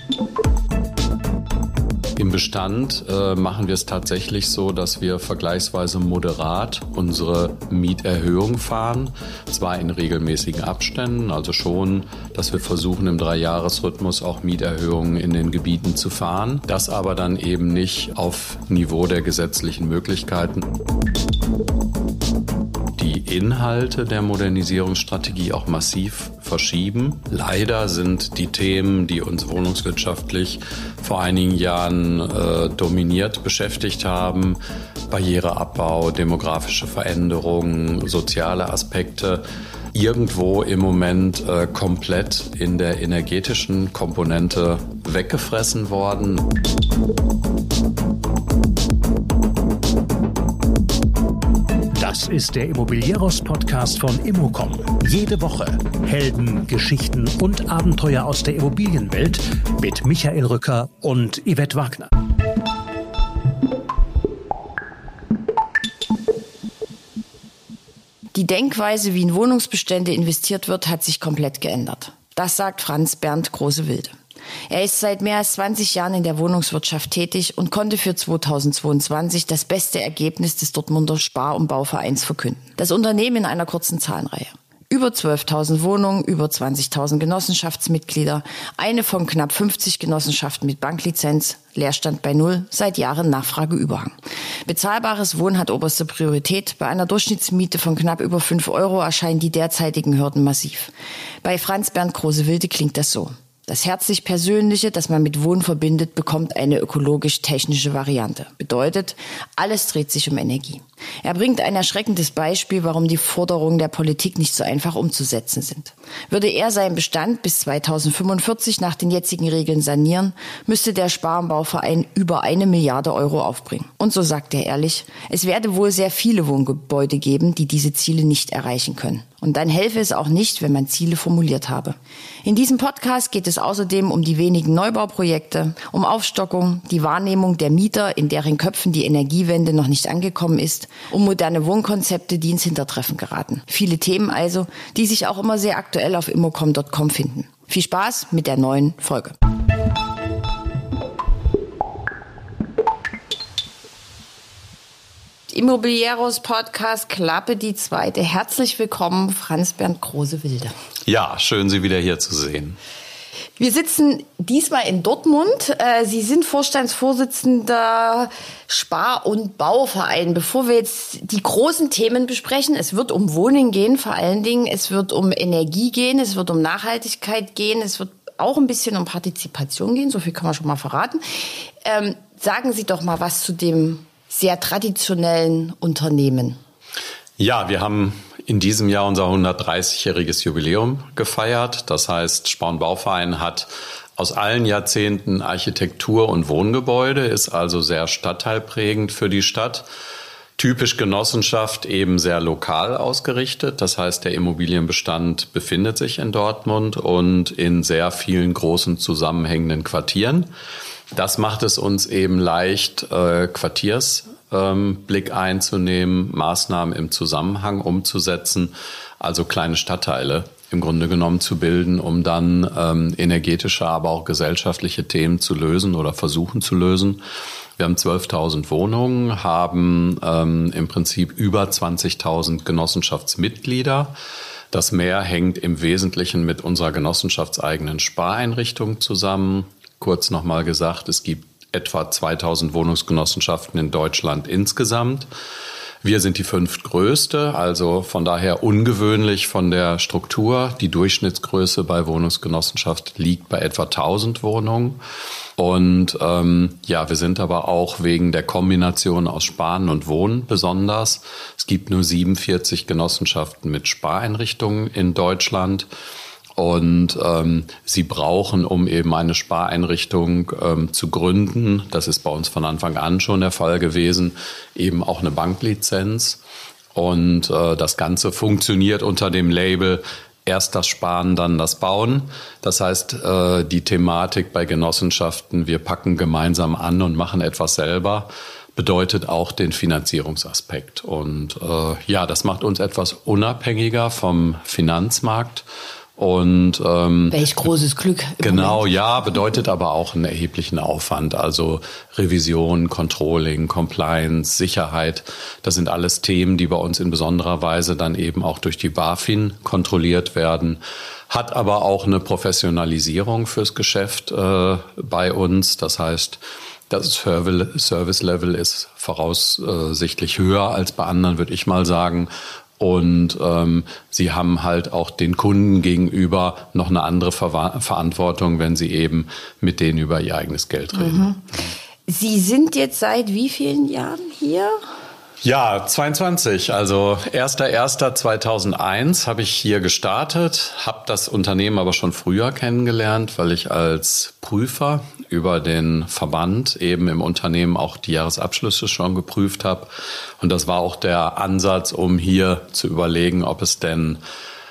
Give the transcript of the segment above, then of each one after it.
Im Bestand machen wir es tatsächlich so, dass wir vergleichsweise moderat unsere Mieterhöhung fahren. Zwar in regelmäßigen Abständen, also schon, dass wir versuchen im 3-Jahres-Rhythmus auch Mieterhöhungen in den Gebieten zu fahren. Das aber dann eben nicht auf Niveau der gesetzlichen Möglichkeiten. Die Inhalte der Modernisierungsstrategie auch massiv verschieben. Leider sind die Themen, die uns wohnungswirtschaftlich vor einigen Jahren dominiert beschäftigt haben, Barriereabbau, demografische Veränderungen, soziale Aspekte, irgendwo im Moment komplett in der energetischen Komponente weggefressen worden. Das ist der Immobilieros-Podcast von Immocom. Jede Woche Helden, Geschichten und Abenteuer aus der Immobilienwelt mit Michael Rücker und Yvette Wagner. Die Denkweise, wie in Wohnungsbestände investiert wird, hat sich komplett geändert. Das sagt Franz Bernd Große-Wilde. Er ist seit mehr als 20 Jahren in der Wohnungswirtschaft tätig und konnte für 2022 das beste Ergebnis des Dortmunder Spar- und Bauvereins verkünden. Das Unternehmen in einer kurzen Zahlenreihe. Über 12.000 Wohnungen, über 20.000 Genossenschaftsmitglieder, eine von knapp 50 Genossenschaften mit Banklizenz, Leerstand bei Null, seit Jahren Nachfrageüberhang. Bezahlbares Wohnen hat oberste Priorität. Bei einer Durchschnittsmiete von knapp über 5 € erscheinen die derzeitigen Hürden massiv. Bei Franz Bernd Große-Wilde klingt das so. Das herzlich Persönliche, das man mit Wohnen verbindet, bekommt eine ökologisch-technische Variante. Bedeutet, alles dreht sich um Energie. Er bringt ein erschreckendes Beispiel, warum die Forderungen der Politik nicht so einfach umzusetzen sind. Würde er seinen Bestand bis 2045 nach den jetzigen Regeln sanieren, müsste der Spar- und Bauverein über 1 Milliarde € aufbringen. Und so sagt er ehrlich, es werde wohl sehr viele Wohngebäude geben, die diese Ziele nicht erreichen können. Und dann helfe es auch nicht, wenn man Ziele formuliert habe. In diesem Podcast geht es außerdem um die wenigen Neubauprojekte, um Aufstockung, die Wahrnehmung der Mieter, in deren Köpfen die Energiewende noch nicht angekommen ist, um moderne Wohnkonzepte, die ins Hintertreffen geraten. Viele Themen also, die sich auch immer sehr aktuell auf immocom.com finden. Viel Spaß mit der neuen Folge. Immobilieros Podcast, Klappe die zweite. Herzlich willkommen, Franz Bernd Große-Wilde. Ja, schön, Sie wieder hier zu sehen. Wir sitzen diesmal in Dortmund. Sie sind Vorstandsvorsitzender Spar- und Bauverein. Bevor wir jetzt die großen Themen besprechen, es wird um Wohnen gehen vor allen Dingen, es wird um Energie gehen, es wird um Nachhaltigkeit gehen, es wird auch ein bisschen um Partizipation gehen, so viel kann man schon mal verraten. Sagen Sie doch mal was zu dem sehr traditionellen Unternehmen. Ja, wir haben in diesem Jahr unser 130-jähriges Jubiläum gefeiert. Das heißt, Spar- und Bauverein hat aus allen Jahrzehnten Architektur und Wohngebäude, ist also sehr stadtteilprägend für die Stadt. Typisch Genossenschaft, eben sehr lokal ausgerichtet. Das heißt, der Immobilienbestand befindet sich in Dortmund und in sehr vielen großen zusammenhängenden Quartieren. Das macht es uns eben leicht, Quartiersblick einzunehmen, Maßnahmen im Zusammenhang umzusetzen, also kleine Stadtteile im Grunde genommen zu bilden, um dann energetische, aber auch gesellschaftliche Themen zu lösen oder versuchen zu lösen. Wir haben 12.000 Wohnungen, haben im Prinzip über 20.000 Genossenschaftsmitglieder. Das mehr hängt im Wesentlichen mit unserer genossenschaftseigenen Spareinrichtung zusammen. Kurz nochmal gesagt, es gibt etwa 2.000 Wohnungsgenossenschaften in Deutschland insgesamt. Wir sind die 5. größte, also von daher ungewöhnlich von der Struktur. Die Durchschnittsgröße bei Wohnungsgenossenschaft liegt bei etwa 1.000 Wohnungen. Und wir sind aber auch wegen der Kombination aus Sparen und Wohnen besonders. Es gibt nur 47 Genossenschaften mit Spareinrichtungen in Deutschland. Und sie brauchen, um eben eine Spareinrichtung zu gründen, das ist bei uns von Anfang an schon der Fall gewesen, eben auch eine Banklizenz. Und das Ganze funktioniert unter dem Label erst das Sparen, dann das Bauen. Das heißt, die Thematik bei Genossenschaften, wir packen gemeinsam an und machen etwas selber, bedeutet auch den Finanzierungsaspekt. Und das macht uns etwas unabhängiger vom Finanzmarkt. Und welch großes Glück. Genau, ja, bedeutet aber auch einen erheblichen Aufwand. Also Revision, Controlling, Compliance, Sicherheit, das sind alles Themen, die bei uns in besonderer Weise dann eben auch durch die BaFin kontrolliert werden. Hat aber auch eine Professionalisierung fürs Geschäft bei uns. Das heißt, das Service-Level ist voraussichtlich höher als bei anderen, würde ich mal sagen. Und sie haben halt auch den Kunden gegenüber noch eine andere Verantwortung, wenn sie eben mit denen über ihr eigenes Geld reden. Mhm. Sie sind jetzt seit wie vielen Jahren hier? Ja, 22. Also 1.1.2001 habe ich hier gestartet, habe das Unternehmen aber schon früher kennengelernt, weil ich als Prüfer über den Verband eben im Unternehmen auch die Jahresabschlüsse schon geprüft habe. Und das war auch der Ansatz, um hier zu überlegen, ob es denn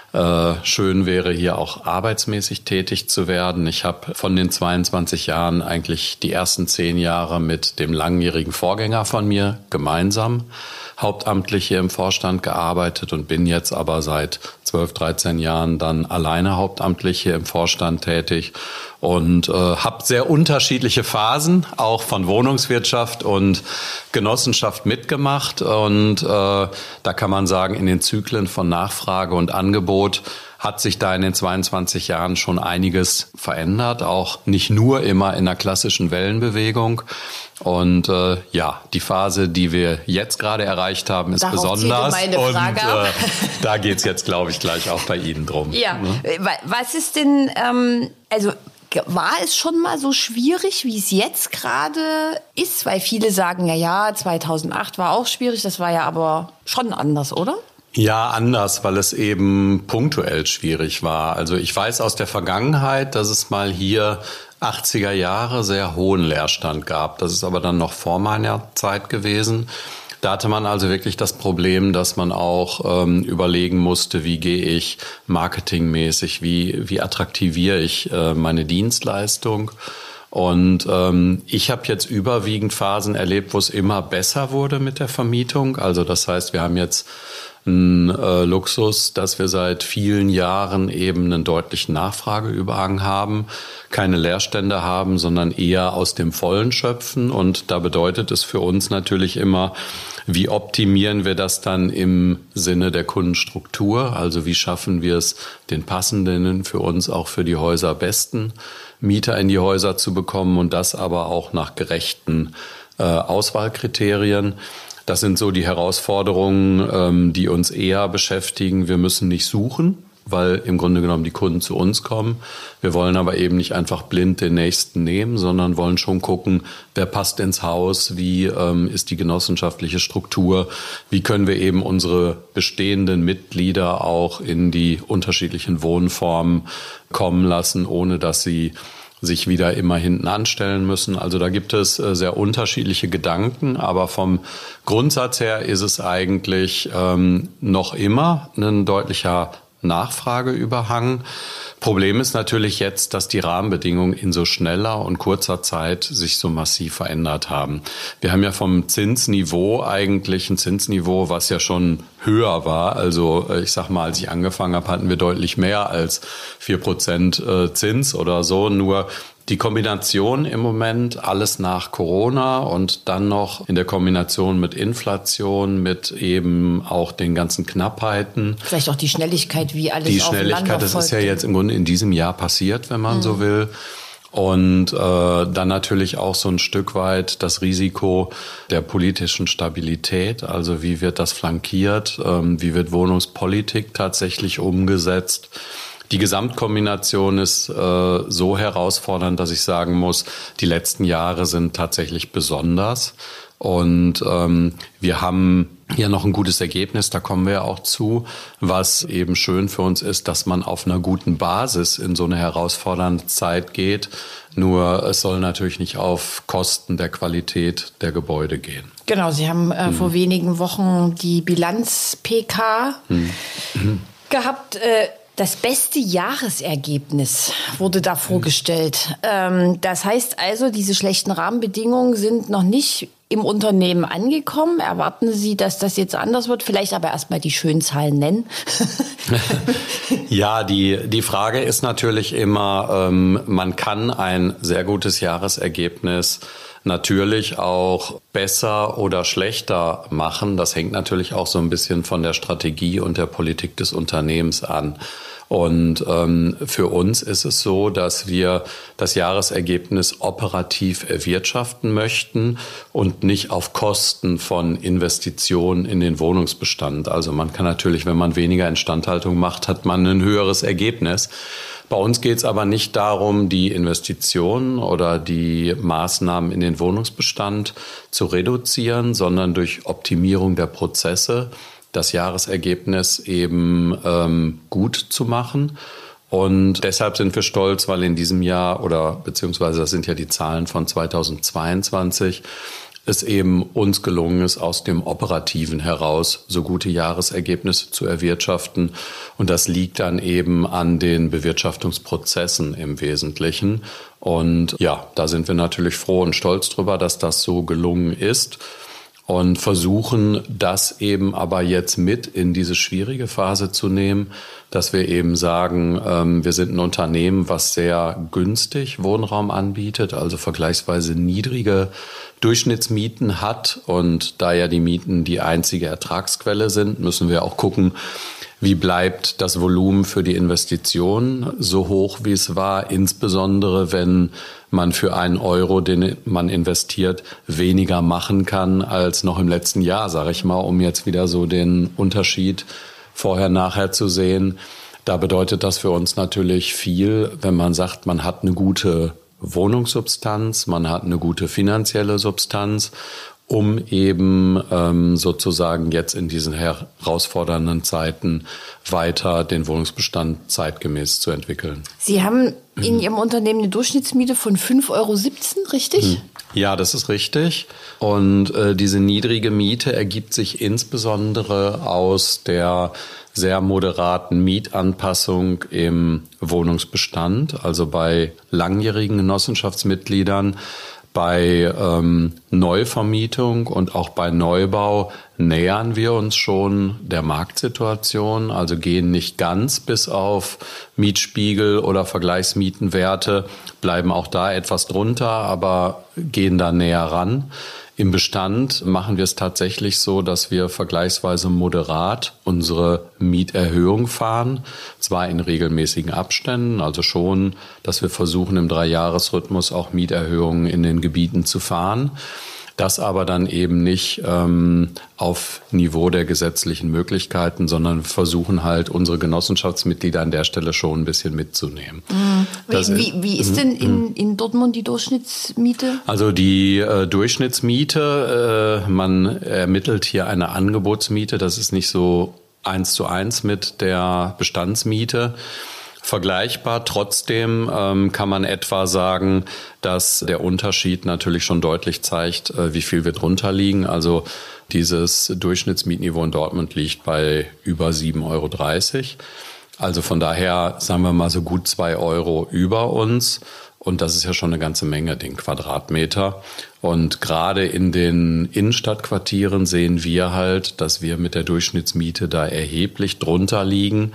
schön wäre, hier auch arbeitsmäßig tätig zu werden. Ich habe von den 22 Jahren eigentlich die ersten 10 Jahre mit dem langjährigen Vorgänger von mir gemeinsam hauptamtlich hier im Vorstand gearbeitet und bin jetzt aber seit 12, 13 Jahren dann alleine hauptamtlich hier im Vorstand tätig und habe sehr unterschiedliche Phasen auch von Wohnungswirtschaft und Genossenschaft mitgemacht und da kann man sagen, in den Zyklen von Nachfrage und Angebot hat sich da in den 22 Jahren schon einiges verändert, auch nicht nur immer in der klassischen Wellenbewegung. Und ja, die Phase, die wir jetzt gerade erreicht haben, ist darauf besonders. Meine Frage und da geht's jetzt, glaube ich, gleich auch bei Ihnen drum. Ja, ne? Was ist denn, also war es schon mal so schwierig, wie es jetzt gerade ist? Weil viele sagen, ja, 2008 war auch schwierig, das war ja aber schon anders, oder? Ja, anders, weil es eben punktuell schwierig war. Also ich weiß aus der Vergangenheit, dass es mal hier 80er Jahre sehr hohen Leerstand gab. Das ist aber dann noch vor meiner Zeit gewesen. Da hatte man also wirklich das Problem, dass man auch überlegen musste, wie gehe ich marketingmäßig, wie attraktiviere ich meine Dienstleistung. Und ich habe jetzt überwiegend Phasen erlebt, wo es immer besser wurde mit der Vermietung. Also das heißt, wir haben jetzt einen Luxus, dass wir seit vielen Jahren eben einen deutlichen Nachfrageüberhang haben, keine Leerstände haben, sondern eher aus dem Vollen schöpfen. Und da bedeutet es für uns natürlich immer, wie optimieren wir das dann im Sinne der Kundenstruktur? Also wie schaffen wir es, den passenden, für uns auch für die Häuser besten Mieter in die Häuser zu bekommen und das aber auch nach gerechten Auswahlkriterien. Das sind so die Herausforderungen, die uns eher beschäftigen. Wir müssen nicht suchen, weil im Grunde genommen die Kunden zu uns kommen. Wir wollen aber eben nicht einfach blind den Nächsten nehmen, sondern wollen schon gucken, wer passt ins Haus, wie ist die genossenschaftliche Struktur, wie können wir eben unsere bestehenden Mitglieder auch in die unterschiedlichen Wohnformen kommen lassen, ohne dass sie sich wieder immer hinten anstellen müssen. Also da gibt es sehr unterschiedliche Gedanken, aber vom Grundsatz her ist es eigentlich noch immer ein deutlicher Nachfrageüberhang. Problem ist natürlich jetzt, dass die Rahmenbedingungen in so schneller und kurzer Zeit sich so massiv verändert haben. Wir haben ja vom Zinsniveau eigentlich ein Zinsniveau, was ja schon höher war. Also ich sag mal, als ich angefangen habe, hatten wir deutlich mehr als 4% Zins oder so. Nur die Kombination im Moment, alles nach Corona und dann noch in der Kombination mit Inflation, mit eben auch den ganzen Knappheiten. Vielleicht auch die Schnelligkeit, wie alles die Schnelligkeit, das ist ja jetzt im Grunde in diesem Jahr passiert, wenn man so will. Und dann natürlich auch so ein Stück weit das Risiko der politischen Stabilität. Also wie wird das flankiert? Wie wird Wohnungspolitik tatsächlich umgesetzt? Die Gesamtkombination ist so herausfordernd, dass ich sagen muss, die letzten Jahre sind tatsächlich besonders. Und wir haben hier noch ein gutes Ergebnis, da kommen wir ja auch zu, was eben schön für uns ist, dass man auf einer guten Basis in so eine herausfordernde Zeit geht. Nur es soll natürlich nicht auf Kosten der Qualität der Gebäude gehen. Genau, Sie haben vor wenigen Wochen die Bilanz-PK gehabt. Das beste Jahresergebnis wurde da vorgestellt. Das heißt also, diese schlechten Rahmenbedingungen sind noch nicht im Unternehmen angekommen? Erwarten Sie, dass das jetzt anders wird? Vielleicht aber erstmal die schönen Zahlen nennen. Ja, die Frage ist natürlich immer, man kann ein sehr gutes Jahresergebnis natürlich auch besser oder schlechter machen. Das hängt natürlich auch so ein bisschen von der Strategie und der Politik des Unternehmens an. Und für uns ist es so, dass wir das Jahresergebnis operativ erwirtschaften möchten und nicht auf Kosten von Investitionen in den Wohnungsbestand. Also man kann natürlich, wenn man weniger Instandhaltung macht, hat man ein höheres Ergebnis. Bei uns geht es aber nicht darum, die Investitionen oder die Maßnahmen in den Wohnungsbestand zu reduzieren, sondern durch Optimierung der Prozesse das Jahresergebnis eben gut zu machen. Und deshalb sind wir stolz, weil in diesem Jahr beziehungsweise das sind ja die Zahlen von 2022, es eben uns gelungen ist, aus dem Operativen heraus so gute Jahresergebnisse zu erwirtschaften. Und das liegt dann eben an den Bewirtschaftungsprozessen im Wesentlichen. Und ja, da sind wir natürlich froh und stolz drüber, dass das so gelungen ist. Und versuchen, das eben aber jetzt mit in diese schwierige Phase zu nehmen, dass wir eben sagen, wir sind ein Unternehmen, was sehr günstig Wohnraum anbietet, also vergleichsweise niedrige Durchschnittsmieten hat. Und da ja die Mieten die einzige Ertragsquelle sind, müssen wir auch gucken, wie bleibt das Volumen für die Investition so hoch, wie es war, insbesondere wenn man für einen Euro, den man investiert, weniger machen kann als noch im letzten Jahr, sage ich mal, um jetzt wieder so den Unterschied vorher-nachher zu sehen. Da bedeutet das für uns natürlich viel, wenn man sagt, man hat eine gute Wohnungssubstanz, man hat eine gute finanzielle Substanz, um eben sozusagen jetzt in diesen herausfordernden Zeiten weiter den Wohnungsbestand zeitgemäß zu entwickeln. Sie haben in Ihrem Unternehmen eine Durchschnittsmiete von 5,17 €, richtig? Ja, das ist richtig. Und diese niedrige Miete ergibt sich insbesondere aus der sehr moderaten Mietanpassung im Wohnungsbestand, also bei langjährigen Genossenschaftsmitgliedern. Bei Neuvermietung und auch bei Neubau nähern wir uns schon der Marktsituation, also gehen nicht ganz bis auf Mietspiegel oder Vergleichsmietenwerte, bleiben auch da etwas drunter, aber gehen da näher ran. Im Bestand machen wir es tatsächlich so, dass wir vergleichsweise moderat unsere Mieterhöhung fahren, zwar in regelmäßigen Abständen, also schon, dass wir versuchen im 3-Jahres-Rhythmus auch Mieterhöhungen in den Gebieten zu fahren. Das aber dann eben nicht auf Niveau der gesetzlichen Möglichkeiten, sondern versuchen halt unsere Genossenschaftsmitglieder an der Stelle schon ein bisschen mitzunehmen. Wie ist denn in Dortmund die Durchschnittsmiete? Also die Durchschnittsmiete, man ermittelt hier eine Angebotsmiete, das ist nicht so 1:1 mit der Bestandsmiete. Vergleichbar. Trotzdem kann man etwa sagen, dass der Unterschied natürlich schon deutlich zeigt, wie viel wir drunter liegen. Also dieses Durchschnittsmietniveau in Dortmund liegt bei über 7,30 €. Also von daher sagen wir mal so gut 2 € über uns. Und das ist ja schon eine ganze Menge, den Quadratmeter. Und gerade in den Innenstadtquartieren sehen wir halt, dass wir mit der Durchschnittsmiete da erheblich drunter liegen.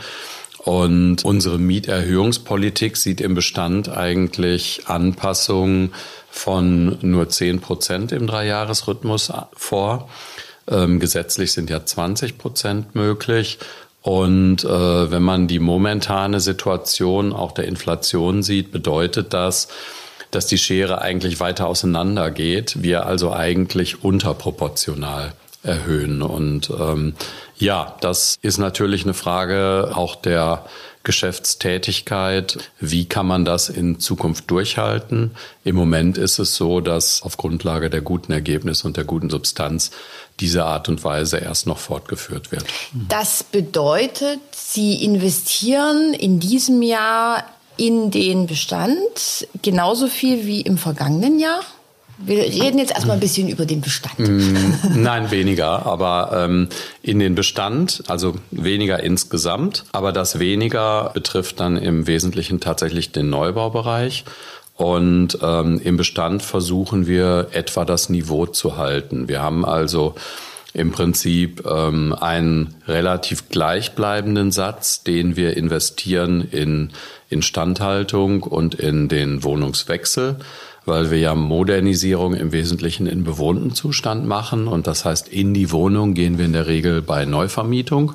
Und unsere Mieterhöhungspolitik sieht im Bestand eigentlich Anpassungen von nur 10% im 3-Jahres-Rhythmus vor. Gesetzlich sind ja 20% möglich. Und wenn man die momentane Situation auch der Inflation sieht, bedeutet das, dass die Schere eigentlich weiter auseinander geht. Wir also eigentlich unterproportional erhöhen. Und ja, das ist natürlich eine Frage auch der Geschäftstätigkeit. Wie kann man das in Zukunft durchhalten? Im Moment ist es so, dass auf Grundlage der guten Ergebnisse und der guten Substanz diese Art und Weise erst noch fortgeführt wird. Das bedeutet, Sie investieren in diesem Jahr in den Bestand genauso viel wie im vergangenen Jahr? Wir reden jetzt erstmal ein bisschen über den Bestand. Nein, weniger, aber in den Bestand, also weniger insgesamt. Aber das weniger betrifft dann im Wesentlichen tatsächlich den Neubaubereich. Und im Bestand versuchen wir etwa das Niveau zu halten. Wir haben also im Prinzip einen relativ gleichbleibenden Satz, den wir investieren in Instandhaltung und in den Wohnungswechsel, weil wir ja Modernisierung im Wesentlichen in bewohnten Zustand machen. Und das heißt, in die Wohnung gehen wir in der Regel bei Neuvermietung.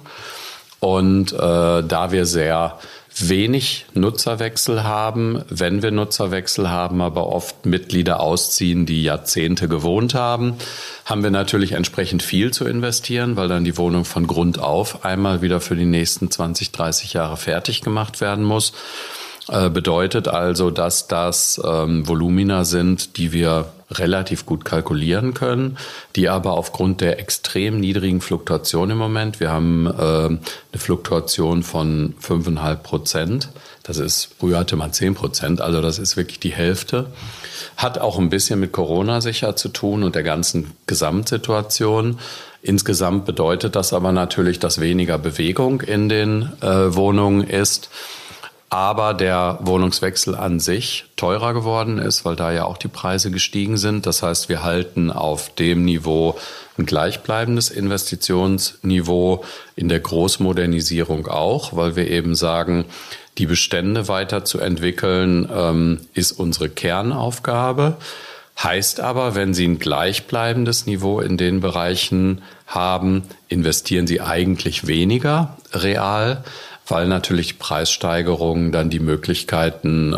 Und da wir sehr wenig Nutzerwechsel haben, wenn wir Nutzerwechsel haben, aber oft Mitglieder ausziehen, die Jahrzehnte gewohnt haben, haben wir natürlich entsprechend viel zu investieren, weil dann die Wohnung von Grund auf einmal wieder für die nächsten 20, 30 Jahre fertig gemacht werden muss. Bedeutet also, dass das Volumina sind, die wir relativ gut kalkulieren können, die aber aufgrund der extrem niedrigen Fluktuation im Moment, wir haben eine Fluktuation von 5,5%, das ist, früher hatte man 10%, also das ist wirklich die Hälfte, hat auch ein bisschen mit Corona sicher zu tun und der ganzen Gesamtsituation. Insgesamt bedeutet das aber natürlich, dass weniger Bewegung in den Wohnungen ist, aber der Wohnungswechsel an sich teurer geworden ist, weil da ja auch die Preise gestiegen sind. Das heißt, wir halten auf dem Niveau ein gleichbleibendes Investitionsniveau in der Großmodernisierung auch, weil wir eben sagen, die Bestände weiterzuentwickeln, ist unsere Kernaufgabe. Heißt aber, wenn Sie ein gleichbleibendes Niveau in den Bereichen haben, investieren Sie eigentlich weniger real, weil natürlich Preissteigerungen dann die Möglichkeiten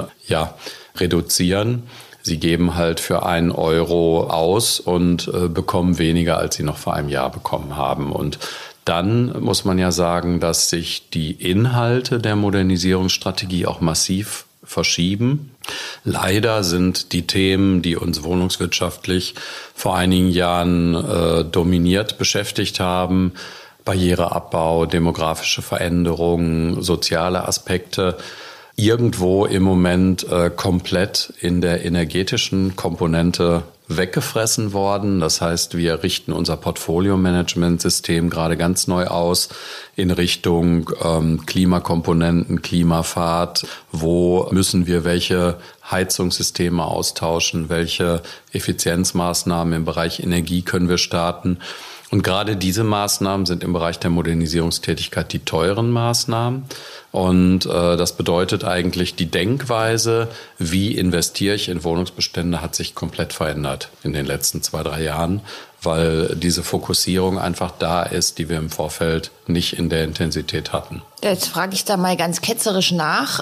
reduzieren. Sie geben halt für 1 Euro aus und bekommen weniger, als Sie noch vor einem Jahr bekommen haben. Und dann muss man ja sagen, dass sich die Inhalte der Modernisierungsstrategie auch massiv verschieben. Leider sind die Themen, die uns wohnungswirtschaftlich vor einigen Jahren dominiert beschäftigt haben, Barriereabbau, demografische Veränderungen, soziale Aspekte, irgendwo im Moment komplett in der energetischen Komponente weggefressen worden. Das heißt, wir richten unser Portfolio-Management-System gerade ganz neu aus in Richtung Klimakomponenten, Klimafahrt. Wo müssen wir welche Heizungssysteme austauschen? Welche Effizienzmaßnahmen im Bereich Energie können wir starten? Und gerade diese Maßnahmen sind im Bereich der Modernisierungstätigkeit die teuren Maßnahmen. Und das bedeutet eigentlich, die Denkweise, wie investiere ich in Wohnungsbestände, hat sich komplett verändert in den letzten 2-3 Jahren, weil diese Fokussierung einfach da ist, die wir im Vorfeld nicht in der Intensität hatten. Jetzt frage ich da mal ganz ketzerisch nach.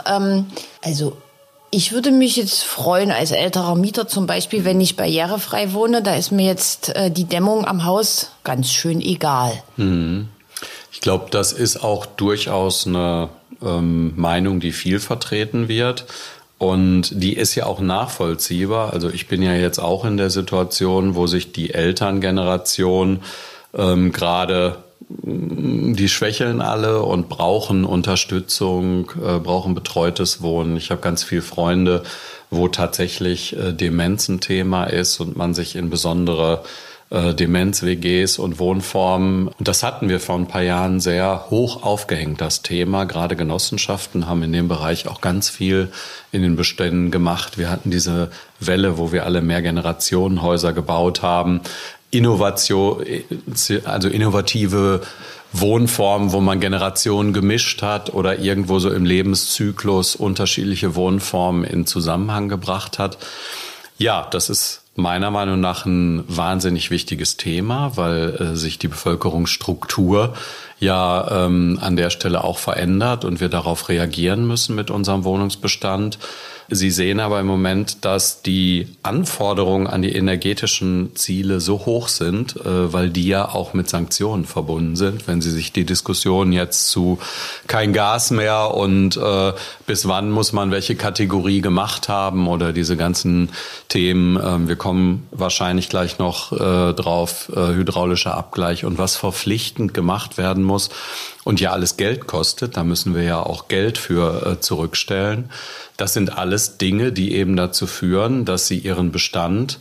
Ich würde mich jetzt freuen, als älterer Mieter zum Beispiel, wenn ich barrierefrei wohne, da ist mir jetzt die Dämmung am Haus ganz schön egal. Ich glaube, das ist auch durchaus eine Meinung, die viel vertreten wird. Und die ist ja auch nachvollziehbar. Also ich bin ja jetzt auch in der Situation, wo sich die Elterngeneration gerade, die schwächeln alle und brauchen Unterstützung, brauchen betreutes Wohnen. Ich habe ganz viele Freunde, wo tatsächlich Demenz ein Thema ist und man sich in besondere Demenz-WGs und Wohnformen. Und das hatten wir vor ein paar Jahren sehr hoch aufgehängt, das Thema. Gerade Genossenschaften haben in dem Bereich auch ganz viel in den Beständen gemacht. Wir hatten diese Welle, wo wir alle Mehrgenerationenhäuser gebaut haben. Innovation, also innovative Wohnformen, wo man Generationen gemischt hat oder irgendwo so im Lebenszyklus unterschiedliche Wohnformen in Zusammenhang gebracht hat. Ja, das ist meiner Meinung nach ein wahnsinnig wichtiges Thema, weil sich die Bevölkerungsstruktur ja an der Stelle auch verändert und wir darauf reagieren müssen mit unserem Wohnungsbestand. Sie sehen aber im Moment, dass die Anforderungen an die energetischen Ziele so hoch sind, weil die ja auch mit Sanktionen verbunden sind. Wenn Sie sich die Diskussion jetzt zu kein Gas mehr und bis wann muss man welche Kategorie gemacht haben oder diese ganzen Themen, wir kommen wahrscheinlich gleich noch drauf, hydraulischer Abgleich und was verpflichtend gemacht werden muss und ja alles Geld kostet, da müssen wir ja auch Geld für zurückstellen. Das sind alles Dinge, die eben dazu führen, dass Sie Ihren Bestand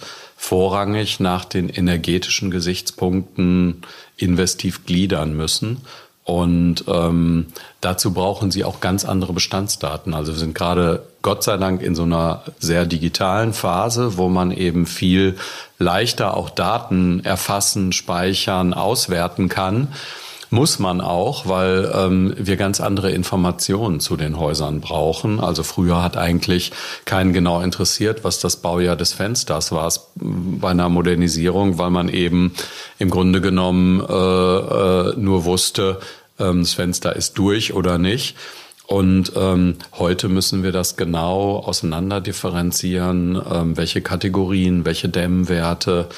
vorrangig nach den energetischen Gesichtspunkten investiv gliedern müssen. Und dazu brauchen sie auch ganz andere Bestandsdaten. Also wir sind gerade Gott sei Dank in so einer sehr digitalen Phase, wo man eben viel leichter auch Daten erfassen, speichern, auswerten kann. Muss man auch, weil wir ganz andere Informationen zu den Häusern brauchen. Also früher hat eigentlich keinen genau interessiert, was das Baujahr des Fensters war bei einer Modernisierung, weil man eben im Grunde genommen nur wusste, das Fenster ist durch oder nicht. Und heute müssen wir das genau auseinander differenzieren, welche Kategorien, welche Dämmwerte,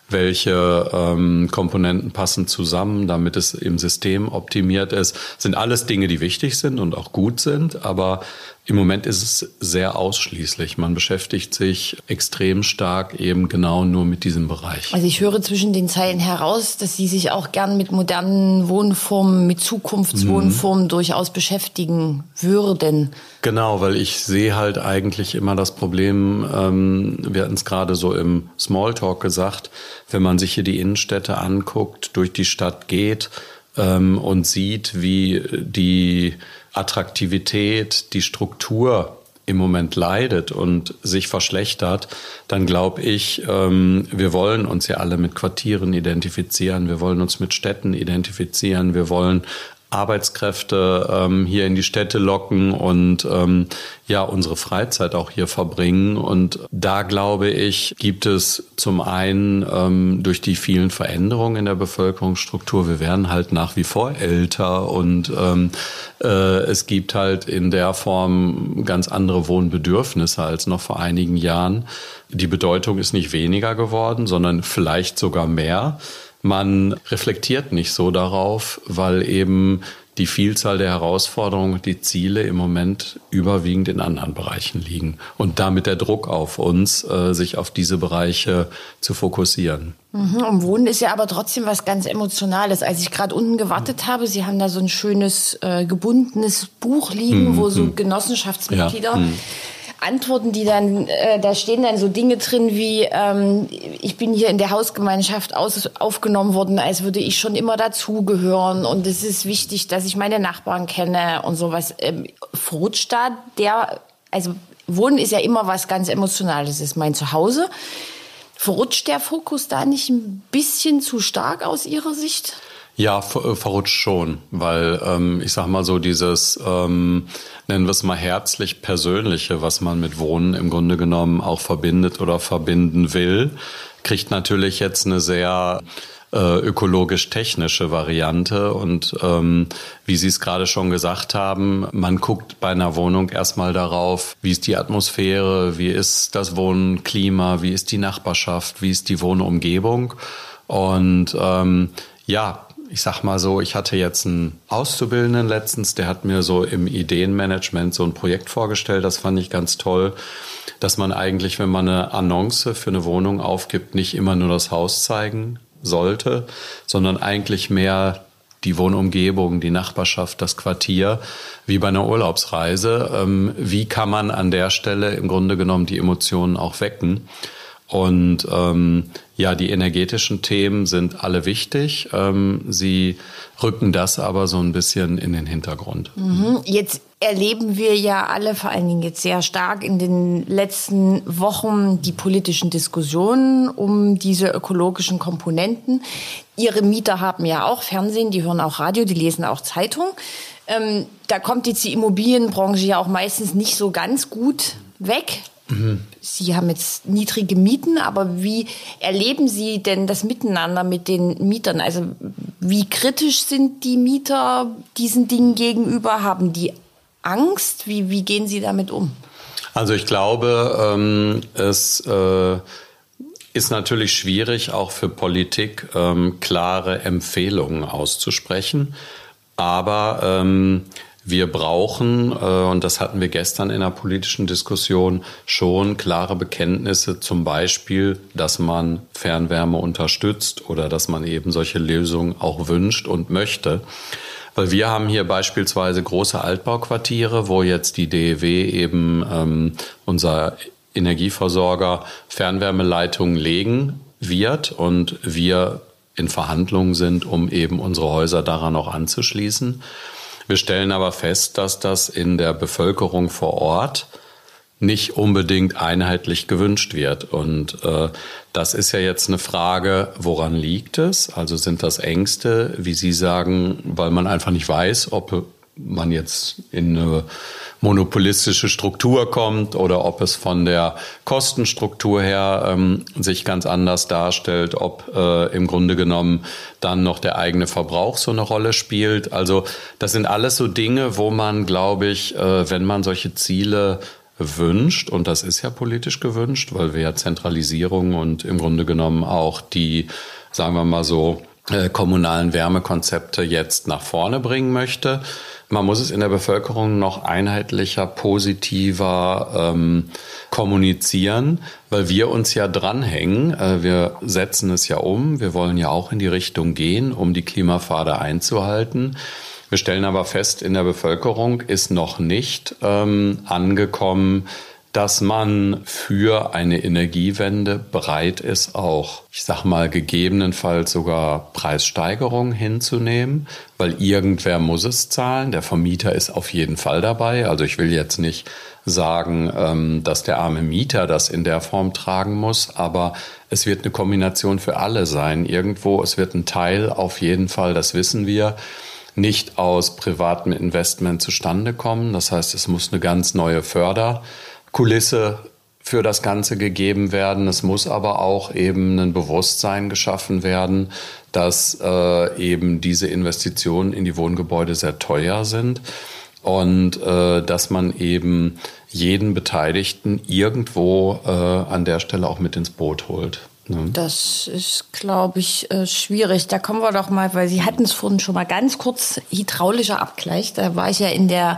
welche Komponenten passen zusammen, damit es im System optimiert ist. Das sind alles Dinge, die wichtig sind und auch gut sind, aber im Moment ist es sehr ausschließlich. Man beschäftigt sich extrem stark eben genau nur mit diesem Bereich. Also ich höre zwischen den Zeilen heraus, dass Sie sich auch gern mit modernen Wohnformen, mit Zukunftswohnformen durchaus beschäftigen würden. Genau, weil ich sehe halt eigentlich immer das Problem, wir hatten es gerade so im Smalltalk gesagt, wenn man sich hier die Innenstädte anguckt, durch die Stadt geht und sieht, wie die Attraktivität, die Struktur im Moment leidet und sich verschlechtert, dann glaube ich, wir wollen uns ja alle mit Quartieren identifizieren, wir wollen uns mit Städten identifizieren, wir wollen Arbeitskräfte hier in die Städte locken und unsere Freizeit auch hier verbringen. Und da, glaube ich, gibt es zum einen durch die vielen Veränderungen in der Bevölkerungsstruktur, wir werden halt nach wie vor älter und es gibt halt in der Form ganz andere Wohnbedürfnisse als noch vor einigen Jahren. Die Bedeutung ist nicht weniger geworden, sondern vielleicht sogar mehr. Man reflektiert nicht so darauf, weil eben die Vielzahl der Herausforderungen, die Ziele im Moment überwiegend in anderen Bereichen liegen. Und damit der Druck auf uns, sich auf diese Bereiche zu fokussieren. Und Wohnen ist ja aber trotzdem was ganz Emotionales. Als ich gerade unten gewartet habe, Sie haben da so ein schönes gebundenes Buch liegen, wo so Genossenschaftsmitglieder... Ja. Antworten, die dann, da stehen dann so Dinge drin wie, ich bin hier in der Hausgemeinschaft aufgenommen worden, als würde ich schon immer dazugehören und es ist wichtig, dass ich meine Nachbarn kenne und sowas. Verrutscht da also Wohnen ist ja immer was ganz Emotionales, ist mein Zuhause. Verrutscht der Fokus da nicht ein bisschen zu stark aus Ihrer Sicht? Ja, verrutscht schon, weil ich sag mal so dieses, nennen wir es mal herzlich Persönliche, was man mit Wohnen im Grunde genommen auch verbindet oder verbinden will, kriegt natürlich jetzt eine sehr ökologisch-technische Variante und wie Sie es gerade schon gesagt haben, man guckt bei einer Wohnung erstmal darauf, wie ist die Atmosphäre, wie ist das Wohnklima, wie ist die Nachbarschaft, wie ist die Wohnumgebung und ich sag mal so, ich hatte jetzt einen Auszubildenden letztens, der hat mir so im Ideenmanagement so ein Projekt vorgestellt, das fand ich ganz toll, dass man eigentlich, wenn man eine Annonce für eine Wohnung aufgibt, nicht immer nur das Haus zeigen sollte, sondern eigentlich mehr die Wohnumgebung, die Nachbarschaft, das Quartier, wie bei einer Urlaubsreise. Wie kann man an der Stelle im Grunde genommen die Emotionen auch wecken? Und die energetischen Themen sind alle wichtig. Sie rücken das aber so ein bisschen in den Hintergrund. Jetzt erleben wir ja alle, vor allen Dingen jetzt sehr stark in den letzten Wochen, die politischen Diskussionen um diese ökologischen Komponenten. Ihre Mieter haben ja auch Fernsehen, die hören auch Radio, die lesen auch Zeitung. Da kommt jetzt die Immobilienbranche ja auch meistens nicht so ganz gut weg. Sie haben jetzt niedrige Mieten, aber wie erleben Sie denn das Miteinander mit den Mietern? Also wie kritisch sind die Mieter diesen Dingen gegenüber? Haben die Angst? Wie gehen Sie damit um? Also ich glaube, es ist natürlich schwierig, auch für Politik klare Empfehlungen auszusprechen. Aber wir brauchen, und das hatten wir gestern in der politischen Diskussion, schon klare Bekenntnisse, zum Beispiel, dass man Fernwärme unterstützt oder dass man eben solche Lösungen auch wünscht und möchte. Weil wir haben hier beispielsweise große Altbauquartiere, wo jetzt die DEW eben unser Energieversorger Fernwärmeleitungen legen wird und wir in Verhandlungen sind, um eben unsere Häuser daran auch anzuschließen. Wir stellen aber fest, dass das in der Bevölkerung vor Ort nicht unbedingt einheitlich gewünscht wird. Und das ist ja jetzt eine Frage, woran liegt es? Also sind das Ängste, wie Sie sagen, weil man einfach nicht weiß, ob man jetzt in eine monopolistische Struktur kommt oder ob es von der Kostenstruktur her sich ganz anders darstellt, ob im Grunde genommen dann noch der eigene Verbrauch so eine Rolle spielt. Also das sind alles so Dinge, wo man, glaube ich, wenn man solche Ziele wünscht, und das ist ja politisch gewünscht, weil wir ja Zentralisierung und im Grunde genommen auch die, sagen wir mal so, kommunalen Wärmekonzepte jetzt nach vorne bringen möchte. Man muss es in der Bevölkerung noch einheitlicher, positiver kommunizieren, weil wir uns ja dranhängen. Wir setzen es ja um. Wir wollen ja auch in die Richtung gehen, um die Klimapfade einzuhalten. Wir stellen aber fest, in der Bevölkerung ist noch nicht angekommen, dass man für eine Energiewende bereit ist, auch, ich sag mal, gegebenenfalls sogar Preissteigerungen hinzunehmen, weil irgendwer muss es zahlen. Der Vermieter ist auf jeden Fall dabei. Also ich will jetzt nicht sagen, dass der arme Mieter das in der Form tragen muss, aber es wird eine Kombination für alle sein. Irgendwo, es wird ein Teil auf jeden Fall, das wissen wir, nicht aus privatem Investment zustande kommen. Das heißt, es muss eine ganz neue Förderkulisse für das Ganze gegeben werden. Es muss aber auch eben ein Bewusstsein geschaffen werden, dass eben diese Investitionen in die Wohngebäude sehr teuer sind und dass man eben jeden Beteiligten irgendwo an der Stelle auch mit ins Boot holt. Das ist, glaube ich, schwierig. Da kommen wir doch mal, weil Sie hatten es vorhin schon mal ganz kurz, hydraulischer Abgleich. Da war ich ja in der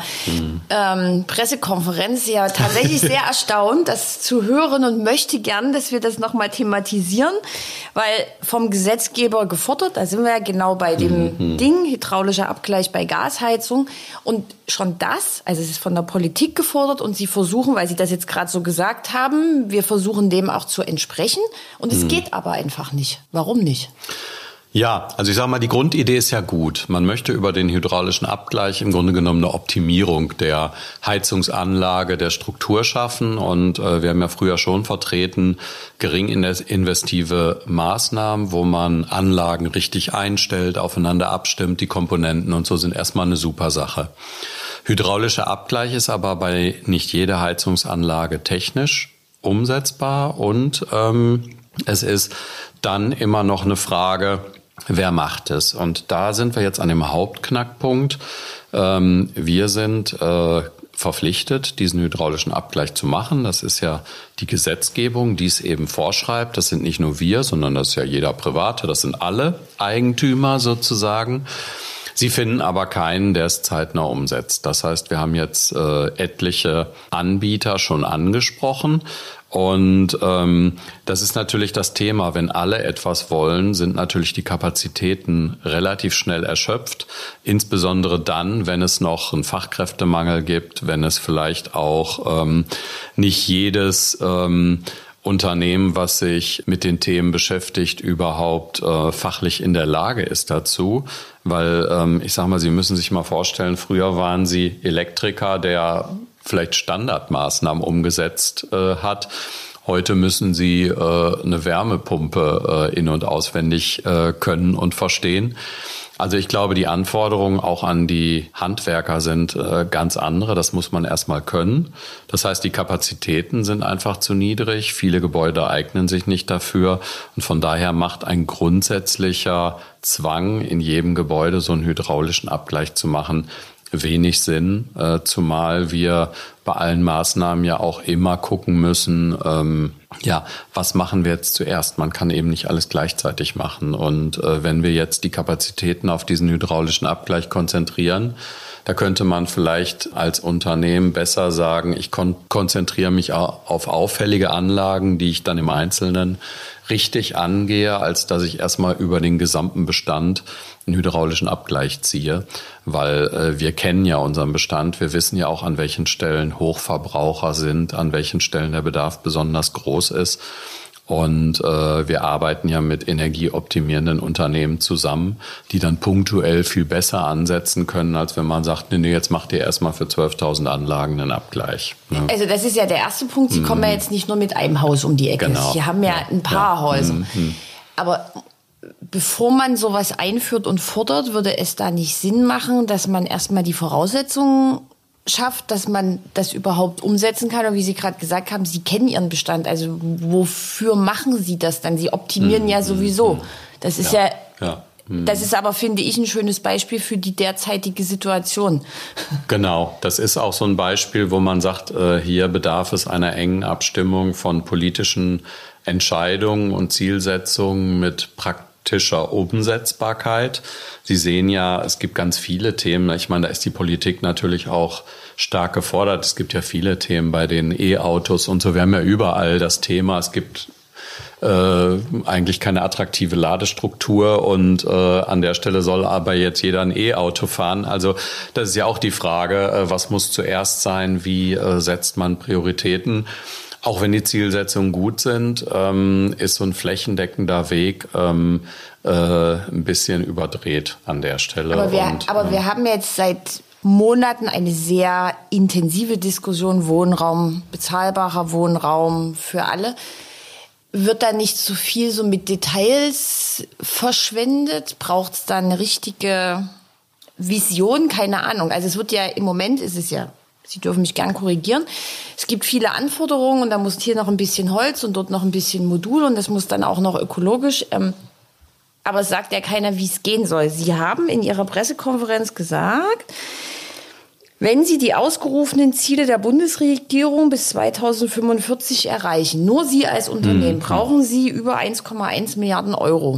Pressekonferenz ja tatsächlich sehr erstaunt, das zu hören, und möchte gern, dass wir das nochmal thematisieren, weil vom Gesetzgeber gefordert, da sind wir ja genau bei dem Ding, hydraulischer Abgleich bei Gasheizung, und schon das, also es ist von der Politik gefordert, und Sie versuchen, weil Sie das jetzt gerade so gesagt haben, wir versuchen dem auch zu entsprechen, und es geht aber einfach nicht. Warum nicht? Ja, also ich sage mal, die Grundidee ist ja gut. Man möchte über den hydraulischen Abgleich im Grunde genommen eine Optimierung der Heizungsanlage, der Struktur schaffen. Und wir haben ja früher schon vertreten, gering investive Maßnahmen, wo man Anlagen richtig einstellt, aufeinander abstimmt, die Komponenten, und so sind erstmal eine super Sache. Hydraulischer Abgleich ist aber bei nicht jeder Heizungsanlage technisch umsetzbar, und es ist dann immer noch eine Frage, wer macht es? Und da sind wir jetzt an dem Hauptknackpunkt. Wir sind verpflichtet, diesen hydraulischen Abgleich zu machen. Das ist ja die Gesetzgebung, die es eben vorschreibt. Das sind nicht nur wir, sondern das ist ja jeder Private. Das sind alle Eigentümer sozusagen. Sie finden aber keinen, der es zeitnah umsetzt. Das heißt, wir haben jetzt etliche Anbieter schon angesprochen. Und das ist natürlich das Thema. Wenn alle etwas wollen, sind natürlich die Kapazitäten relativ schnell erschöpft. Insbesondere dann, wenn es noch einen Fachkräftemangel gibt, wenn es vielleicht auch nicht jedes Unternehmen, was sich mit den Themen beschäftigt, überhaupt fachlich in der Lage ist dazu. Weil ich sag mal, Sie müssen sich mal vorstellen, früher waren Sie Elektriker, der vielleicht Standardmaßnahmen umgesetzt hat. Heute müssen Sie eine Wärmepumpe in- und auswendig können und verstehen. Also ich glaube, die Anforderungen auch an die Handwerker sind ganz andere. Das muss man erstmal können. Das heißt, die Kapazitäten sind einfach zu niedrig. Viele Gebäude eignen sich nicht dafür. Und von daher macht ein grundsätzlicher Zwang, in jedem Gebäude so einen hydraulischen Abgleich zu machen, wenig Sinn, zumal wir bei allen Maßnahmen ja auch immer gucken müssen, was machen wir jetzt zuerst? Man kann eben nicht alles gleichzeitig machen. Und wenn wir jetzt die Kapazitäten auf diesen hydraulischen Abgleich konzentrieren, da könnte man vielleicht als Unternehmen besser sagen, ich konzentriere mich auf auffällige Anlagen, die ich dann im Einzelnen richtig angehe, als dass ich erstmal über den gesamten Bestand einen hydraulischen Abgleich ziehe, weil wir kennen ja unseren Bestand, wir wissen ja auch, an welchen Stellen Hochverbraucher sind, an welchen Stellen der Bedarf besonders groß ist. Und wir arbeiten ja mit energieoptimierenden Unternehmen zusammen, die dann punktuell viel besser ansetzen können, als wenn man sagt, nee, jetzt macht ihr erstmal für 12.000 Anlagen einen Abgleich. Ne? Also das ist ja der erste Punkt. Sie kommen ja jetzt nicht nur mit einem Haus um die Ecke. Genau. Sie haben ja ein paar Häuser. Aber bevor man sowas einführt und fordert, würde es da nicht Sinn machen, dass man erstmal die Voraussetzungen schafft, dass man das überhaupt umsetzen kann. Und wie Sie gerade gesagt haben, Sie kennen Ihren Bestand. Also wofür machen Sie das dann? Sie optimieren ja sowieso. Das ist das ist aber, finde ich, ein schönes Beispiel für die derzeitige Situation. Genau, das ist auch so ein Beispiel, wo man sagt, hier bedarf es einer engen Abstimmung von politischen Entscheidungen und Zielsetzungen mit praktischer Umsetzbarkeit. Sie sehen ja, es gibt ganz viele Themen. Ich meine, da ist die Politik natürlich auch stark gefordert. Es gibt ja viele Themen bei den E-Autos und so. Wir haben ja überall das Thema. Es gibt eigentlich keine attraktive Ladestruktur und an der Stelle soll aber jetzt jeder ein E-Auto fahren. Also das ist ja auch die Frage, was muss zuerst sein, wie setzt man Prioritäten? Auch wenn die Zielsetzungen gut sind, ist so ein flächendeckender Weg ein bisschen überdreht an der Stelle. Aber wir haben jetzt seit Monaten eine sehr intensive Diskussion, Wohnraum, bezahlbarer Wohnraum für alle. Wird da nicht zu viel so mit Details verschwendet? Braucht es da eine richtige Vision? Keine Ahnung. Also es wird ja, im Moment ist es ja, Sie dürfen mich gern korrigieren, es gibt viele Anforderungen und da muss hier noch ein bisschen Holz und dort noch ein bisschen Modul und das muss dann auch noch ökologisch. Aber es sagt ja keiner, wie es gehen soll. Sie haben in Ihrer Pressekonferenz gesagt, wenn Sie die ausgerufenen Ziele der Bundesregierung bis 2045 erreichen, nur Sie als Unternehmen, brauchen Sie über 1,1 Milliarden Euro.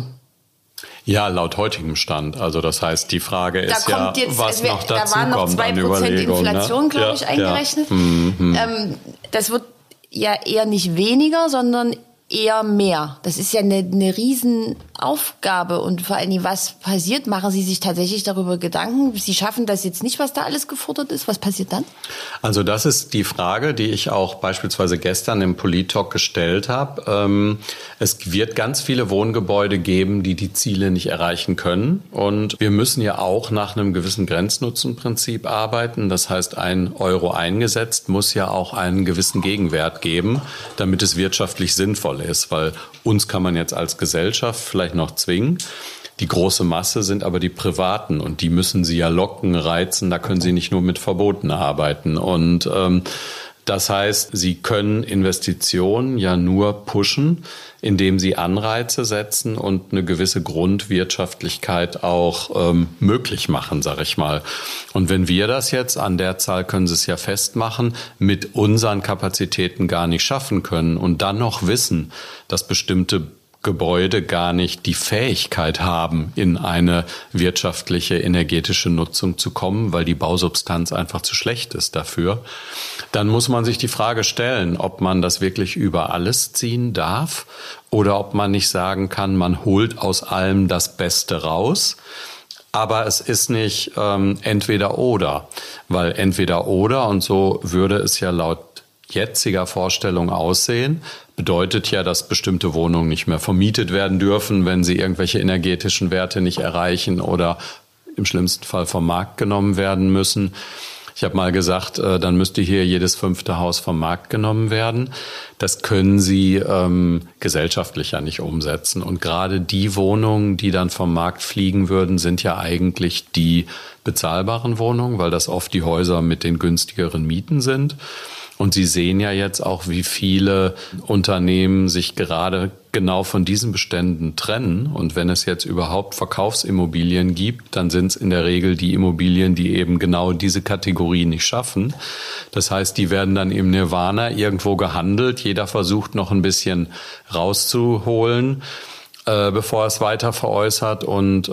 Ja, laut heutigem Stand. Also das heißt, die Frage ist ja, was noch dazu kommt. Da waren noch 2% Inflation, glaube ich, eingerechnet. Das wird ja eher nicht weniger, sondern eher mehr. Das ist ja eine Riesenaufgabe und vor allen Dingen, was passiert? Machen Sie sich tatsächlich darüber Gedanken? Sie schaffen das jetzt nicht, was da alles gefordert ist. Was passiert dann? Also das ist die Frage, die ich auch beispielsweise gestern im Polit-Talk gestellt habe. Es wird ganz viele Wohngebäude geben, die die Ziele nicht erreichen können. Und wir müssen ja auch nach einem gewissen Grenznutzenprinzip arbeiten. Das heißt, 1 Euro eingesetzt muss ja auch einen gewissen Gegenwert geben, damit es wirtschaftlich sinnvoll ist, weil uns kann man jetzt als Gesellschaft vielleicht noch zwingen. Die große Masse sind aber die Privaten und die müssen sie ja locken, reizen. Da können sie nicht nur mit Verboten arbeiten. Und das heißt, sie können Investitionen ja nur pushen, indem sie Anreize setzen und eine gewisse Grundwirtschaftlichkeit auch möglich machen, sag ich mal. Und wenn wir das jetzt, an der Zahl können Sie es ja festmachen, mit unseren Kapazitäten gar nicht schaffen können und dann noch wissen, dass bestimmte Gebäude gar nicht die Fähigkeit haben, in eine wirtschaftliche, energetische Nutzung zu kommen, weil die Bausubstanz einfach zu schlecht ist dafür, dann muss man sich die Frage stellen, ob man das wirklich über alles ziehen darf oder ob man nicht sagen kann, man holt aus allem das Beste raus. Aber es ist nicht entweder oder, weil entweder oder, und so würde es ja laut jetziger Vorstellung aussehen, bedeutet ja, dass bestimmte Wohnungen nicht mehr vermietet werden dürfen, wenn sie irgendwelche energetischen Werte nicht erreichen oder im schlimmsten Fall vom Markt genommen werden müssen. Ich habe mal gesagt, dann müsste hier jedes 5. Haus vom Markt genommen werden. Das können Sie gesellschaftlich ja nicht umsetzen. Und gerade die Wohnungen, die dann vom Markt fliegen würden, sind ja eigentlich die bezahlbaren Wohnungen, weil das oft die Häuser mit den günstigeren Mieten sind. Und Sie sehen ja jetzt auch, wie viele Unternehmen sich gerade genau von diesen Beständen trennen. Und wenn es jetzt überhaupt Verkaufsimmobilien gibt, dann sind es in der Regel die Immobilien, die eben genau diese Kategorie nicht schaffen. Das heißt, die werden dann im Nirvana irgendwo gehandelt. Jeder versucht noch ein bisschen rauszuholen, bevor er es weiter veräußert. Und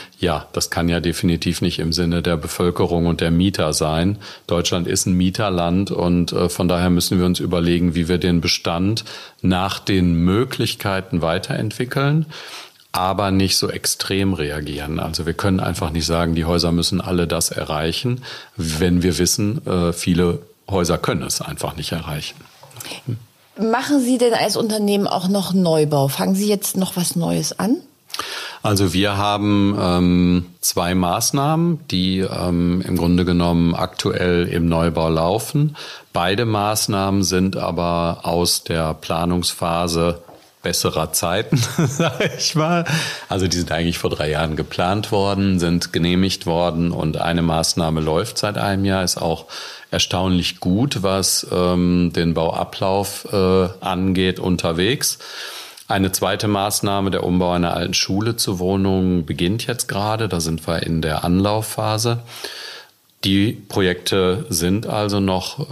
das kann ja definitiv nicht im Sinne der Bevölkerung und der Mieter sein. Deutschland ist ein Mieterland und von daher müssen wir uns überlegen, wie wir den Bestand nach den Möglichkeiten weiterentwickeln, aber nicht so extrem reagieren. Also wir können einfach nicht sagen, die Häuser müssen alle das erreichen, wenn wir wissen, viele Häuser können es einfach nicht erreichen. Machen Sie denn als Unternehmen auch noch Neubau? Fangen Sie jetzt noch was Neues an? Also wir haben 2 Maßnahmen, die im Grunde genommen aktuell im Neubau laufen. Beide Maßnahmen sind aber aus der Planungsphase besserer Zeiten, sage ich mal. Also die sind eigentlich vor 3 Jahren geplant worden, sind genehmigt worden und eine Maßnahme läuft seit einem Jahr, ist auch erstaunlich gut, was den Bauablauf angeht unterwegs. Eine zweite Maßnahme, der Umbau einer alten Schule zu Wohnungen, beginnt jetzt gerade. Da sind wir in der Anlaufphase. Die Projekte sind also noch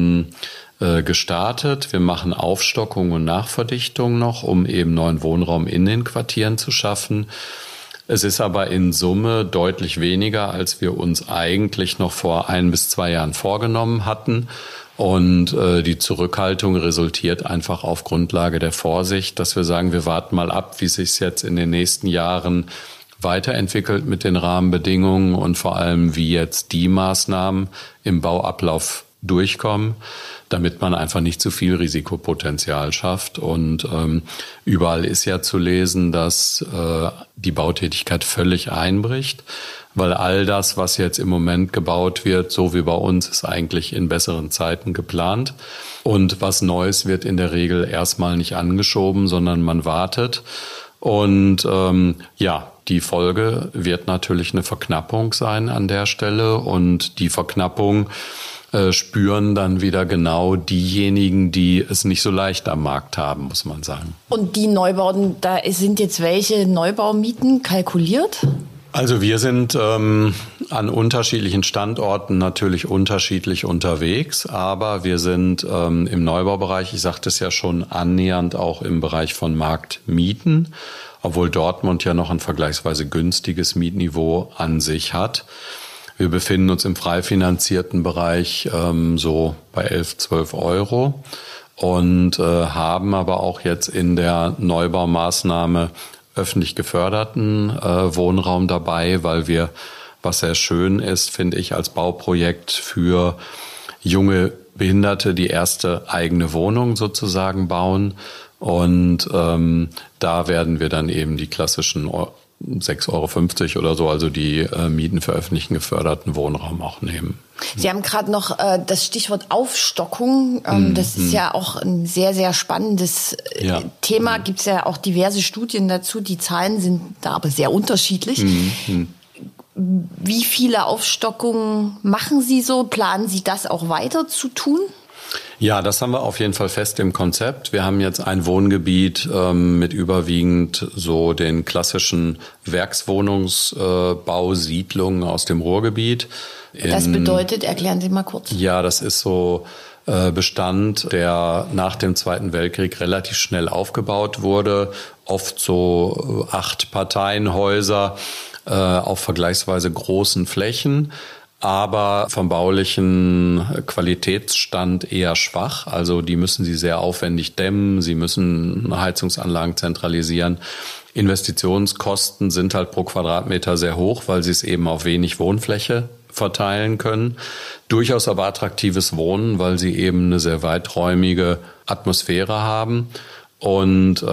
gestartet. Wir machen Aufstockung und Nachverdichtung noch, um eben neuen Wohnraum in den Quartieren zu schaffen. Es ist aber in Summe deutlich weniger, als wir uns eigentlich noch vor 1 bis 2 Jahren vorgenommen hatten. Und die Zurückhaltung resultiert einfach auf Grundlage der Vorsicht, dass wir sagen, wir warten mal ab, wie sich es jetzt in den nächsten Jahren weiterentwickelt mit den Rahmenbedingungen und vor allem, wie jetzt die Maßnahmen im Bauablauf durchkommen, damit man einfach nicht zu viel Risikopotenzial schafft. Und überall ist ja zu lesen, dass die Bautätigkeit völlig einbricht, weil all das, was jetzt im Moment gebaut wird, so wie bei uns, ist eigentlich in besseren Zeiten geplant. Und was Neues wird in der Regel erstmal nicht angeschoben, sondern man wartet. Und die Folge wird natürlich eine Verknappung sein an der Stelle. Und die Verknappung spüren dann wieder genau diejenigen, die es nicht so leicht am Markt haben, muss man sagen. Und die Neubauten, da sind jetzt welche Neubaumieten kalkuliert? Also wir sind an unterschiedlichen Standorten natürlich unterschiedlich unterwegs, aber wir sind im Neubaubereich, ich sagte es ja schon, annähernd auch im Bereich von Marktmieten, obwohl Dortmund ja noch ein vergleichsweise günstiges Mietniveau an sich hat. Wir befinden uns im frei finanzierten Bereich so bei 11, 12 Euro und haben aber auch jetzt in der Neubaumaßnahme öffentlich geförderten Wohnraum dabei, weil wir, was sehr schön ist, finde ich, als Bauprojekt für junge Behinderte die erste eigene Wohnung sozusagen bauen. Und da werden wir dann eben die klassischen 6,50 € oder so, also die Mieten für öffentlichen geförderten Wohnraum auch nehmen. Sie haben gerade noch das Stichwort Aufstockung. Das ist ja auch ein sehr, sehr spannendes Thema. Gibt es ja auch diverse Studien dazu. Die Zahlen sind da aber sehr unterschiedlich. Wie viele Aufstockungen machen Sie so? Planen Sie das auch weiter zu tun? Ja, das haben wir auf jeden Fall fest im Konzept. Wir haben jetzt ein Wohngebiet mit überwiegend so den klassischen Werkswohnungsbausiedlungen aus dem Ruhrgebiet. Das bedeutet, erklären Sie mal kurz. Ja, das ist so Bestand, der nach dem Zweiten Weltkrieg relativ schnell aufgebaut wurde. Oft so 8 Parteienhäuser auf vergleichsweise großen Flächen. Aber vom baulichen Qualitätsstand eher schwach. Also die müssen sie sehr aufwendig dämmen, sie müssen Heizungsanlagen zentralisieren. Investitionskosten sind halt pro Quadratmeter sehr hoch, weil sie es eben auf wenig Wohnfläche verteilen können. Durchaus aber attraktives Wohnen, weil sie eben eine sehr weiträumige Atmosphäre haben. Und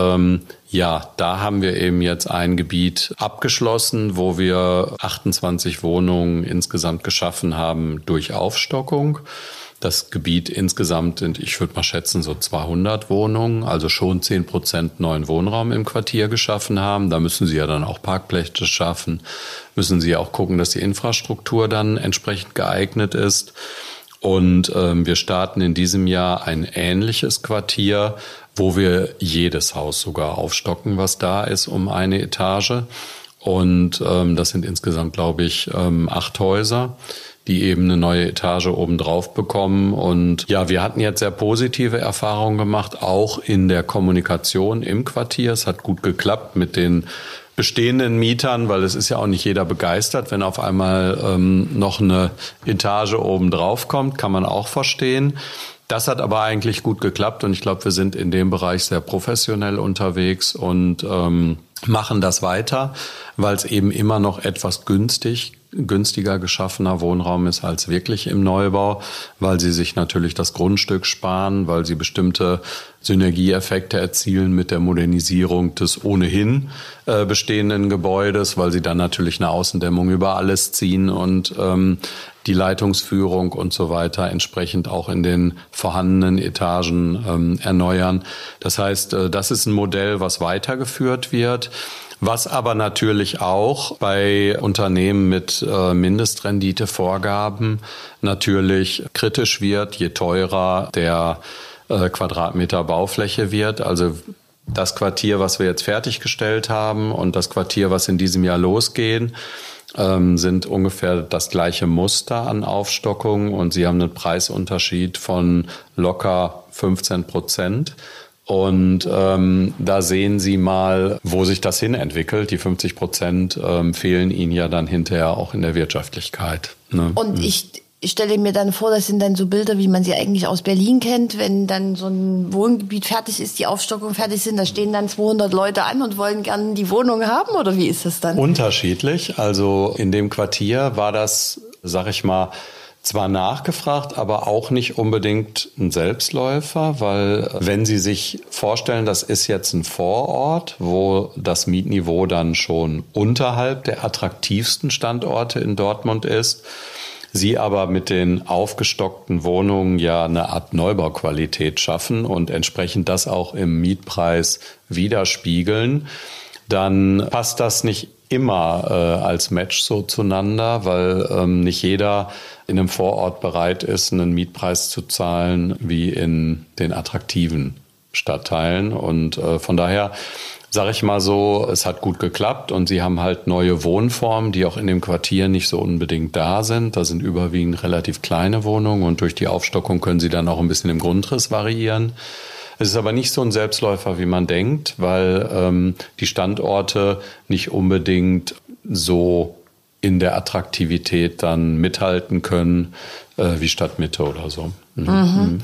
da haben wir eben jetzt ein Gebiet abgeschlossen, wo wir 28 Wohnungen insgesamt geschaffen haben durch Aufstockung. Das Gebiet insgesamt sind, ich würde mal schätzen, so 200 Wohnungen, also schon 10% neuen Wohnraum im Quartier geschaffen haben. Da müssen Sie ja dann auch Parkplätze schaffen, müssen Sie auch gucken, dass die Infrastruktur dann entsprechend geeignet ist. Und wir starten in diesem Jahr ein ähnliches Quartier, wo wir jedes Haus sogar aufstocken, was da ist, um eine Etage. Und das sind insgesamt, glaube ich, 8 Häuser, die eben eine neue Etage obendrauf bekommen. Und ja, wir hatten jetzt sehr positive Erfahrungen gemacht, auch in der Kommunikation im Quartier. Es hat gut geklappt mit den bestehenden Mietern, weil es ist ja auch nicht jeder begeistert, wenn auf einmal noch eine Etage oben drauf kommt, kann man auch verstehen. Das hat aber eigentlich gut geklappt und ich glaube, wir sind in dem Bereich sehr professionell unterwegs und machen das weiter, weil es eben immer noch etwas günstig günstiger geschaffener Wohnraum ist als wirklich im Neubau, weil sie sich natürlich das Grundstück sparen, weil sie bestimmte Synergieeffekte erzielen mit der Modernisierung des ohnehin bestehenden Gebäudes, weil sie dann natürlich eine Außendämmung über alles ziehen und die Leitungsführung und so weiter entsprechend auch in den vorhandenen Etagen erneuern. Das heißt, das ist ein Modell, was weitergeführt wird. Was aber natürlich auch bei Unternehmen mit Mindestrenditevorgaben natürlich kritisch wird, je teurer der Quadratmeter Baufläche wird. Also das Quartier, was wir jetzt fertiggestellt haben und das Quartier, was in diesem Jahr losgehen, sind ungefähr das gleiche Muster an Aufstockung und sie haben einen Preisunterschied von locker 15%. Und da sehen Sie mal, wo sich das hin entwickelt. Die 50% fehlen Ihnen ja dann hinterher auch in der Wirtschaftlichkeit. Ne? Und ich stelle mir dann vor, das sind dann so Bilder, wie man sie eigentlich aus Berlin kennt, wenn dann so ein Wohngebiet fertig ist, die Aufstockung fertig sind, da stehen dann 200 Leute an und wollen gerne die Wohnung haben, oder wie ist das dann? Unterschiedlich. Also in dem Quartier war das, sag ich mal, zwar nachgefragt, aber auch nicht unbedingt ein Selbstläufer, weil wenn Sie sich vorstellen, das ist jetzt ein Vorort, wo das Mietniveau dann schon unterhalb der attraktivsten Standorte in Dortmund ist, Sie aber mit den aufgestockten Wohnungen ja eine Art Neubauqualität schaffen und entsprechend das auch im Mietpreis widerspiegeln, dann passt das nicht immer als Match so zueinander, weil nicht jeder in einem Vorort bereit ist, einen Mietpreis zu zahlen wie in den attraktiven Stadtteilen. Und von daher sage ich mal so, es hat gut geklappt und sie haben halt neue Wohnformen, die auch in dem Quartier nicht so unbedingt da sind. Da sind überwiegend relativ kleine Wohnungen und durch die Aufstockung können sie dann auch ein bisschen im Grundriss variieren. Es ist aber nicht so ein Selbstläufer, wie man denkt, weil die Standorte nicht unbedingt so in der Attraktivität dann mithalten können wie Stadtmitte oder so. Mhm.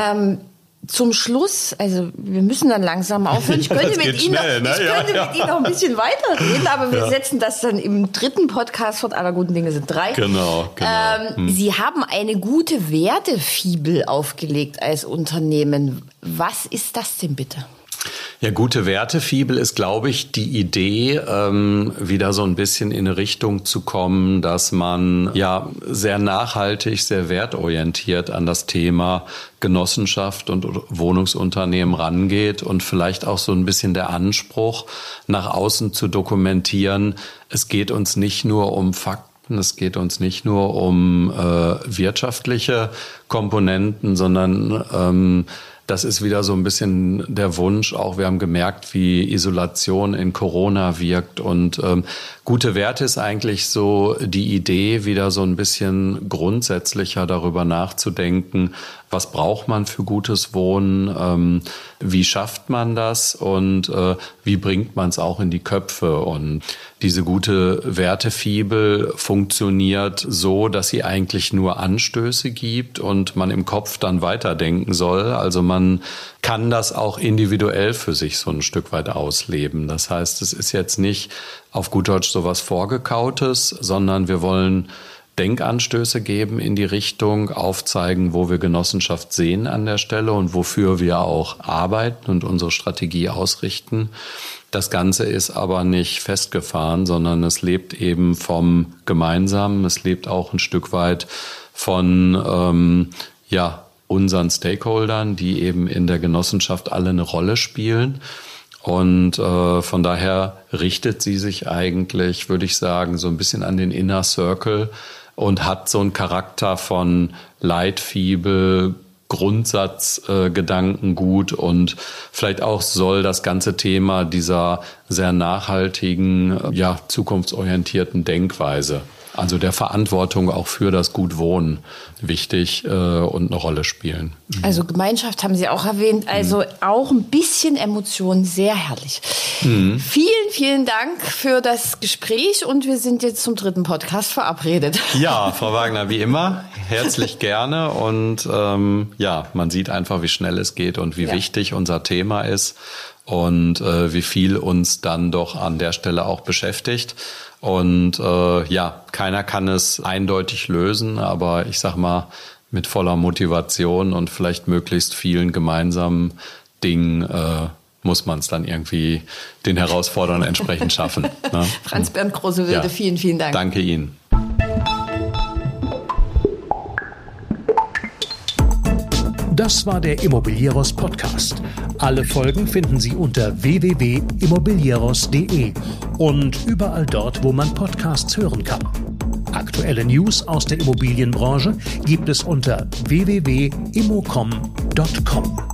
Zum Schluss, also wir müssen dann langsam aufhören. Ich könnte mit Ihnen noch ein bisschen weiterreden, aber wir setzen das dann im dritten Podcast fort. Aller guten Dinge sind 3. Genau. Sie haben eine gute Wertefibel aufgelegt als Unternehmen. Was ist das denn bitte? Ja, gute Wertefibel ist, glaube ich, die Idee, wieder so ein bisschen in eine Richtung zu kommen, dass man ja sehr nachhaltig, sehr wertorientiert an das Thema Genossenschaft und Wohnungsunternehmen rangeht und vielleicht auch so ein bisschen der Anspruch, nach außen zu dokumentieren, es geht uns nicht nur um Fakten, es geht uns nicht nur um wirtschaftliche Komponenten, sondern das ist wieder so ein bisschen der Wunsch auch. Wir haben gemerkt, wie Isolation in Corona wirkt und gute Werte ist eigentlich so die Idee, wieder so ein bisschen grundsätzlicher darüber nachzudenken, was braucht man für gutes Wohnen, wie schafft man das und wie bringt man es auch in die Köpfe. Und diese gute Wertefibel funktioniert so, dass sie eigentlich nur Anstöße gibt und man im Kopf dann weiterdenken soll. Also man kann das auch individuell für sich so ein Stück weit ausleben. Das heißt, es ist jetzt nicht auf gut Deutsch sowas Vorgekautes, sondern wir wollen Denkanstöße geben in die Richtung, aufzeigen, wo wir Genossenschaft sehen an der Stelle und wofür wir auch arbeiten und unsere Strategie ausrichten. Das Ganze ist aber nicht festgefahren, sondern es lebt eben vom Gemeinsamen. Es lebt auch ein Stück weit von unseren Stakeholdern, die eben in der Genossenschaft alle eine Rolle spielen. Und von daher richtet sie sich eigentlich, würde ich sagen, so ein bisschen an den Inner Circle und hat so einen Charakter von Leitfibel, Grundsatzgedankengut und vielleicht auch soll das ganze Thema dieser sehr nachhaltigen, zukunftsorientierten Denkweise, also der Verantwortung auch für das Gutwohnen wichtig und eine Rolle spielen. Also Gemeinschaft haben Sie auch erwähnt, also auch ein bisschen Emotionen, sehr herrlich. Vielen, vielen Dank für das Gespräch und wir sind jetzt zum dritten Podcast verabredet. Ja, Frau Wagner, wie immer, herzlich gerne und man sieht einfach, wie schnell es geht und wie wichtig unser Thema ist und wie viel uns dann doch an der Stelle auch beschäftigt. Und keiner kann es eindeutig lösen, aber ich sag mal, mit voller Motivation und vielleicht möglichst vielen gemeinsamen Dingen muss man es dann irgendwie den Herausforderungen entsprechend schaffen. Ne? Franz-Bernd Große-Wilde, vielen, vielen Dank. Danke Ihnen. Das war der Immobilieros Podcast. Alle Folgen finden Sie unter www.immobilieros.de und überall dort, wo man Podcasts hören kann. Aktuelle News aus der Immobilienbranche gibt es unter www.immocom.com.